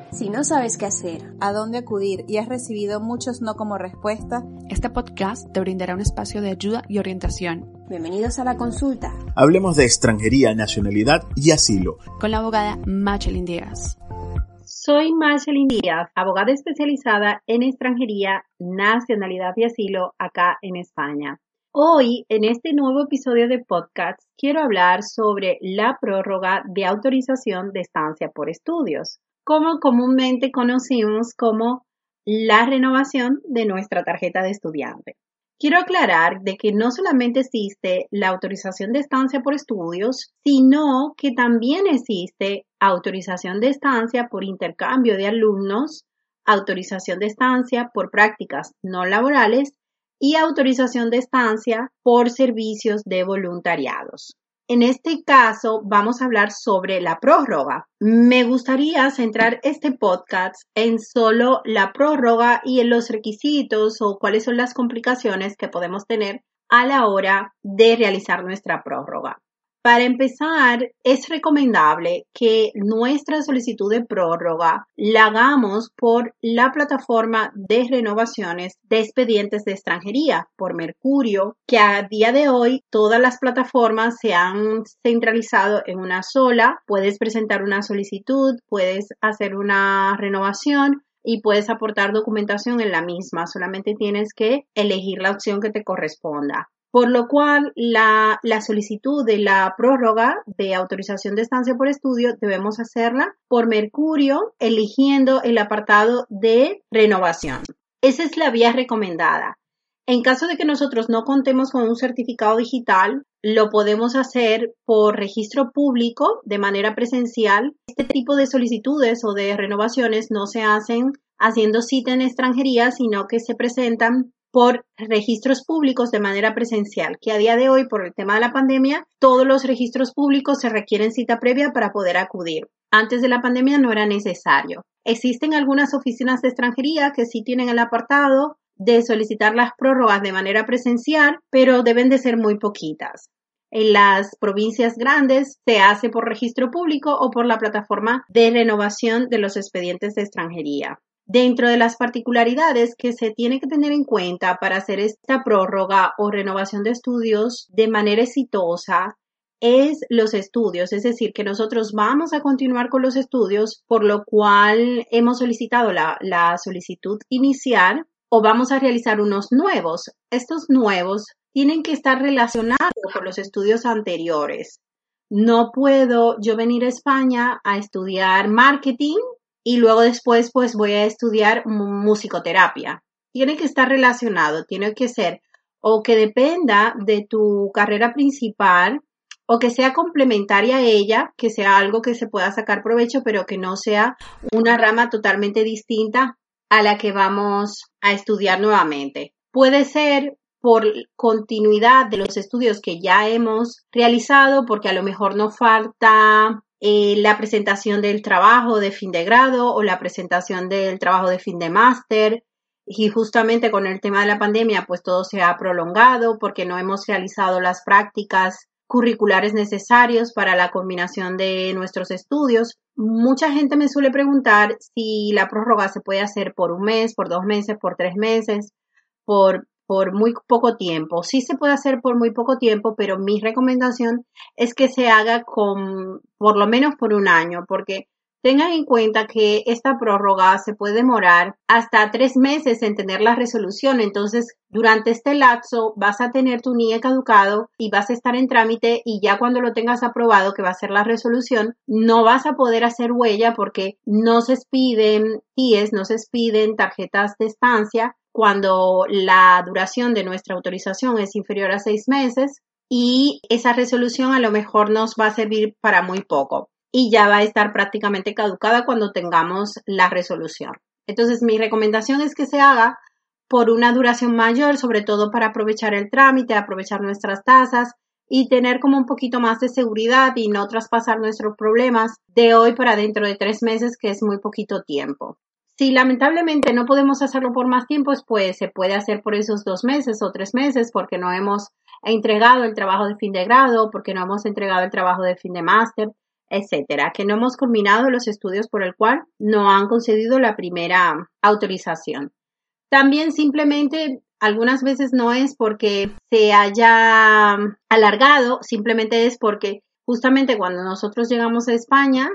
Si no sabes qué hacer, a dónde acudir y has recibido muchos no como respuesta, este podcast te brindará un espacio de ayuda y orientación. Bienvenidos a La Consulta. Hablemos de extranjería, nacionalidad y asilo. Con la abogada Machelin Díaz. Soy Machelin Díaz, abogada especializada en extranjería, nacionalidad y asilo acá en España. Hoy, en este nuevo episodio de podcast, quiero hablar sobre la prórroga de autorización de estancia por estudios, como comúnmente conocemos como la renovación de nuestra tarjeta de estudiante. Quiero aclarar de que no solamente existe la autorización de estancia por estudios, sino que también existe autorización de estancia por intercambio de alumnos, autorización de estancia por prácticas no laborales y autorización de estancia por servicios de voluntariados. En este caso vamos a hablar sobre la prórroga. Me gustaría centrar este podcast en solo la prórroga y en los requisitos o cuáles son las complicaciones que podemos tener a la hora de realizar nuestra prórroga. Para empezar, es recomendable que nuestra solicitud de prórroga la hagamos por la plataforma de renovaciones de expedientes de extranjería, por Mercurio, que a día de hoy todas las plataformas se han centralizado en una sola. Puedes presentar una solicitud, puedes hacer una renovación y puedes aportar documentación en la misma. Solamente tienes que elegir la opción que te corresponda. Por lo cual, la solicitud de la prórroga de autorización de estancia por estudio debemos hacerla por Mercurio, eligiendo el apartado de renovación. Esa es la vía recomendada. En caso de que nosotros no contemos con un certificado digital, lo podemos hacer por registro público de manera presencial. Este tipo de solicitudes o de renovaciones no se hacen haciendo cita en extranjería, sino que se presentan por registros públicos de manera presencial, que a día de hoy, por el tema de la pandemia, todos los registros públicos se requieren cita previa para poder acudir. Antes de la pandemia no era necesario. Existen algunas oficinas de extranjería que sí tienen el apartado de solicitar las prórrogas de manera presencial, pero deben de ser muy poquitas. En las provincias grandes se hace por registro público o por la plataforma de renovación de los expedientes de extranjería. Dentro de las particularidades que se tiene que tener en cuenta para hacer esta prórroga o renovación de estudios de manera exitosa es los estudios, es decir, que nosotros vamos a continuar con los estudios, por lo cual hemos solicitado la solicitud inicial o vamos a realizar unos nuevos. Estos nuevos tienen que estar relacionados con los estudios anteriores. No puedo yo venir a España a estudiar marketing y luego después pues voy a estudiar musicoterapia. Tiene que estar relacionado, tiene que ser o que dependa de tu carrera principal o que sea complementaria a ella, que sea algo que se pueda sacar provecho, pero que no sea una rama totalmente distinta a la que vamos a estudiar nuevamente. Puede ser por continuidad de los estudios que ya hemos realizado, porque a lo mejor nos falta la presentación del trabajo de fin de grado o la presentación del trabajo de fin de máster, y justamente con el tema de la pandemia pues todo se ha prolongado porque no hemos realizado las prácticas curriculares necesarios para la combinación de nuestros estudios. Mucha gente me suele preguntar si la prórroga se puede hacer por un mes, por 2 meses, por 3 meses, por muy poco tiempo. Sí se puede hacer por muy poco tiempo, pero mi recomendación es que se haga por lo menos por un año, porque tengan en cuenta que esta prórroga se puede demorar hasta 3 meses en tener la resolución. Entonces, durante este lapso vas a tener tu NIE caducado y vas a estar en trámite, y ya cuando lo tengas aprobado, que va a ser la resolución, no vas a poder hacer huella porque no se expiden TIEs, no se expiden tarjetas de estancia cuando la duración de nuestra autorización es inferior a 6 meses, y esa resolución a lo mejor nos va a servir para muy poco y ya va a estar prácticamente caducada cuando tengamos la resolución. Entonces, mi recomendación es que se haga por una duración mayor, sobre todo para aprovechar el trámite, aprovechar nuestras tasas y tener como un poquito más de seguridad y no traspasar nuestros problemas de hoy para dentro de 3 meses, que es muy poquito tiempo. Si lamentablemente no podemos hacerlo por más tiempo, pues se puede hacer por esos 2 meses o 3 meses porque no hemos entregado el trabajo de fin de grado, porque no hemos entregado el trabajo de fin de máster. etcétera, que no hemos culminado los estudios por el cual no han concedido la primera autorización. También simplemente algunas veces no es porque se haya alargado, simplemente es porque justamente cuando nosotros llegamos a España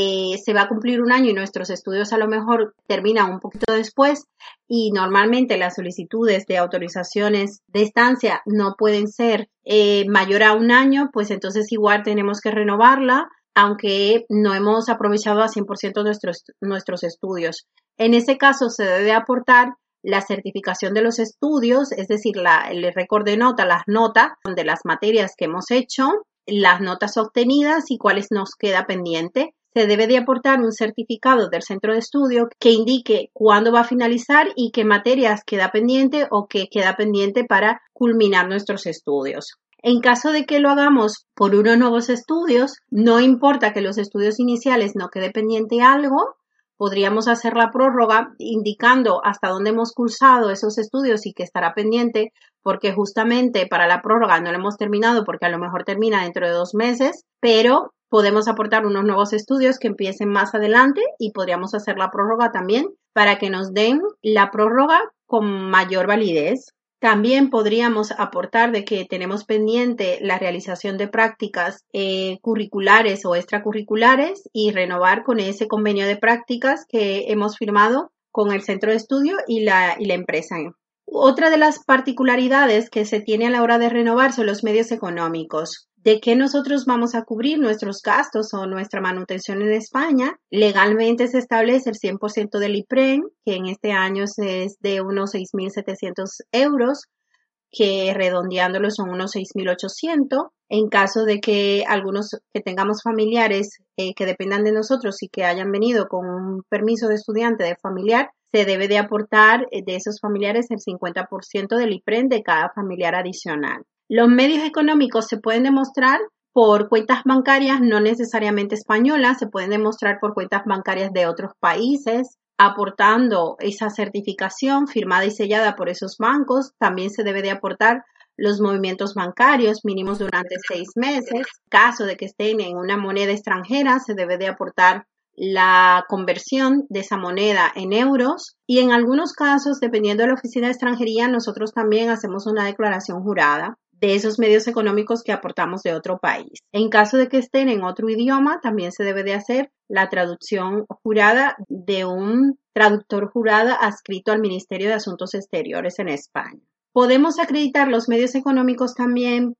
se va a cumplir un año y nuestros estudios a lo mejor terminan un poquito después y normalmente las solicitudes de autorizaciones de estancia no pueden ser mayor a un año, pues entonces igual tenemos que renovarla, aunque no hemos aprovechado a 100% nuestros estudios. En ese caso se debe aportar la certificación de los estudios, es decir, el récord de nota, las notas de las materias que hemos hecho, las notas obtenidas y cuáles nos queda pendiente. Se debe de aportar un certificado del centro de estudio que indique cuándo va a finalizar y qué materias queda pendiente o qué queda pendiente para culminar nuestros estudios. En caso de que lo hagamos por unos nuevos estudios, no importa que los estudios iniciales no quede pendiente algo, podríamos hacer la prórroga indicando hasta dónde hemos cursado esos estudios y que estará pendiente, porque justamente para la prórroga no lo hemos terminado porque a lo mejor termina dentro de 2 meses, pero podemos aportar unos nuevos estudios que empiecen más adelante y podríamos hacer la prórroga también para que nos den la prórroga con mayor validez. También podríamos aportar de que tenemos pendiente la realización de prácticas curriculares o extracurriculares y renovar con ese convenio de prácticas que hemos firmado con el centro de estudio y la empresa. Otra de las particularidades que se tiene a la hora de renovar son los medios económicos. ¿De qué nosotros vamos a cubrir nuestros gastos o nuestra manutención en España? Legalmente se establece el 100% del IPREN, que en este año es de unos 6.700 euros, que redondeándolo son unos 6.800. En caso de que que tengamos familiares que dependan de nosotros y que hayan venido con un permiso de estudiante de familiar, se debe de aportar de esos familiares el 50% del IPREN de cada familiar adicional. Los medios económicos se pueden demostrar por cuentas bancarias no necesariamente españolas, se pueden demostrar por cuentas bancarias de otros países, aportando esa certificación firmada y sellada por esos bancos. También se debe de aportar los movimientos bancarios mínimos durante 6 meses. En caso de que estén en una moneda extranjera, se debe de aportar la conversión de esa moneda en euros y en algunos casos, dependiendo de la oficina de extranjería, nosotros también hacemos una declaración jurada de esos medios económicos que aportamos de otro país. En caso de que estén en otro idioma, también se debe de hacer la traducción jurada de un traductor jurado adscrito al Ministerio de Asuntos Exteriores en España. Podemos acreditar los medios económicos también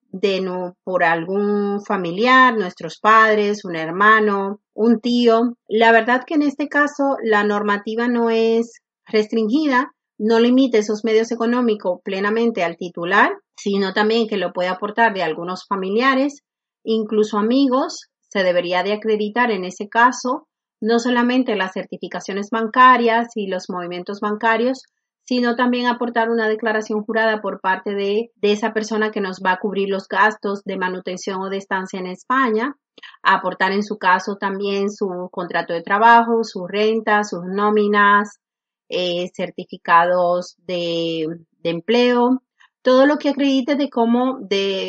por algún familiar, nuestros padres, un hermano, un tío. La verdad que en este caso la normativa no es restringida, no limite esos medios económicos plenamente al titular, sino también que lo puede aportar de algunos familiares, incluso amigos. Se debería de acreditar en ese caso no solamente las certificaciones bancarias y los movimientos bancarios, sino también aportar una declaración jurada por parte de esa persona que nos va a cubrir los gastos de manutención o de estancia en España, aportar en su caso también su contrato de trabajo, su renta, sus nóminas, certificados de empleo, todo lo que acredite de cómo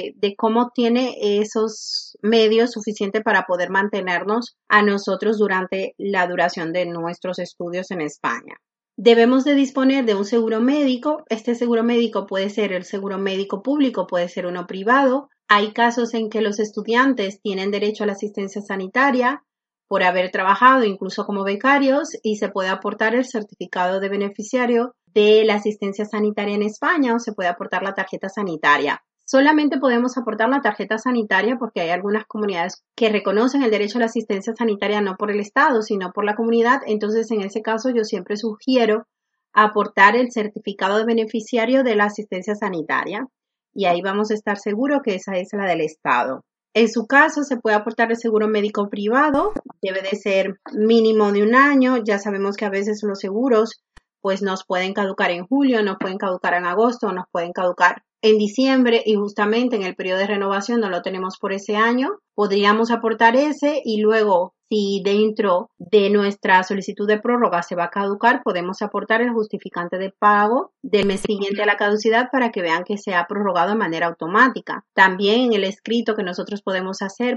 tiene esos medios suficientes para poder mantenernos a nosotros durante la duración de nuestros estudios en España. Debemos de disponer de un seguro médico. Este seguro médico puede ser el seguro médico público, puede ser uno privado. Hay casos en que los estudiantes tienen derecho a la asistencia sanitaria por haber trabajado incluso como becarios y se puede aportar el certificado de beneficiario de la asistencia sanitaria en España o se puede aportar la tarjeta sanitaria. Solamente podemos aportar la tarjeta sanitaria porque hay algunas comunidades que reconocen el derecho a la asistencia sanitaria no por el Estado, sino por la comunidad. Entonces, en ese caso, yo siempre sugiero aportar el certificado de beneficiario de la asistencia sanitaria y ahí vamos a estar seguros que esa es la del Estado. En su caso, se puede aportar el seguro médico privado, debe de ser mínimo de 1 año. Ya sabemos que a veces los seguros pues nos pueden caducar en julio, nos pueden caducar en agosto, nos pueden caducar en diciembre y justamente en el periodo de renovación no lo tenemos por ese año, podríamos aportar ese y luego si dentro de nuestra solicitud de prórroga se va a caducar, podemos aportar el justificante de pago del mes siguiente a la caducidad para que vean que se ha prorrogado de manera automática. También en el escrito que nosotros podemos hacer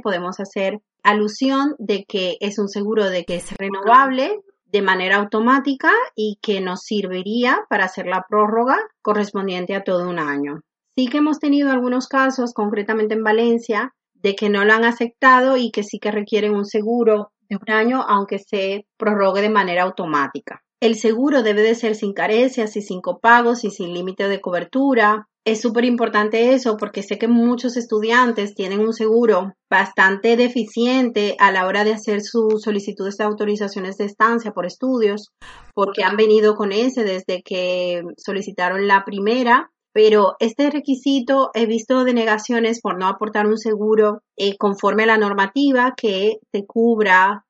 alusión de que es un seguro de que es renovable de manera automática y que nos serviría para hacer la prórroga correspondiente a todo un año. Sí que hemos tenido algunos casos, concretamente en Valencia, de que no lo han aceptado y que sí que requieren un seguro de un año, aunque se prorrogue de manera automática. El seguro debe de ser sin carencias y sin copagos y sin límite de cobertura. Es súper importante eso porque sé que muchos estudiantes tienen un seguro bastante deficiente a la hora de hacer sus solicitudes de autorizaciones de estancia por estudios, porque han venido con ese desde que solicitaron la primera. Pero este requisito he visto denegaciones por no aportar un seguro conforme a la normativa que te cubra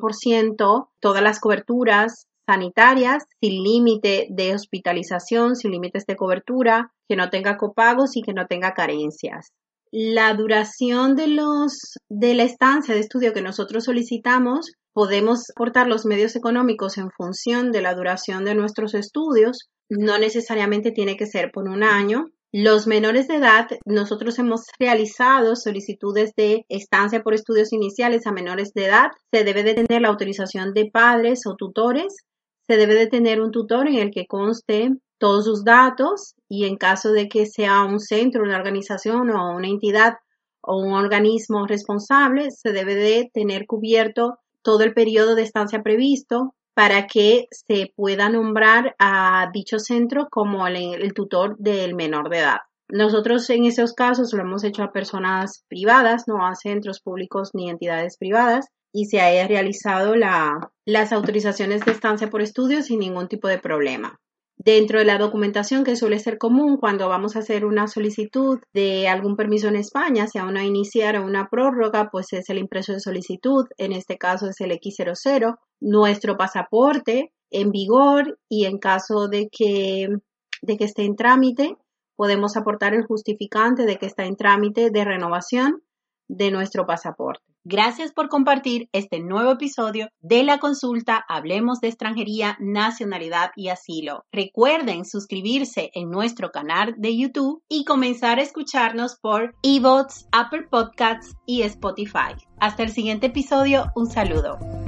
100% todas las coberturas sanitarias, sin límite de hospitalización, sin límites de cobertura, que no tenga copagos y que no tenga carencias. La duración de la estancia de estudio que nosotros solicitamos, podemos aportar los medios económicos en función de la duración de nuestros estudios. No necesariamente tiene que ser por un año. Los menores de edad, nosotros hemos realizado solicitudes de estancia por estudios iniciales a menores de edad. Se debe de tener la autorización de padres o tutores. Se debe de tener un tutor en el que conste todos sus datos y en caso de que sea un centro, una organización o una entidad o un organismo responsable, se debe de tener cubierto todo el periodo de estancia previsto para que se pueda nombrar a dicho centro como el tutor del menor de edad. Nosotros en esos casos lo hemos hecho a personas privadas, no a centros públicos ni entidades privadas, y se haya realizado las autorizaciones de estancia por estudio sin ningún tipo de problema. Dentro de la documentación que suele ser común cuando vamos a hacer una solicitud de algún permiso en España, sea una iniciar o una prórroga, pues es el impreso de solicitud, en este caso es el X00, nuestro pasaporte en vigor y en caso de que esté en trámite, podemos aportar el justificante de que está en trámite de renovación de nuestro pasaporte. Gracias por compartir este nuevo episodio de la consulta Hablemos de Extranjería, Nacionalidad y Asilo. Recuerden suscribirse en nuestro canal de YouTube y comenzar a escucharnos por iVoox, Apple Podcasts y Spotify. Hasta el siguiente episodio, un saludo.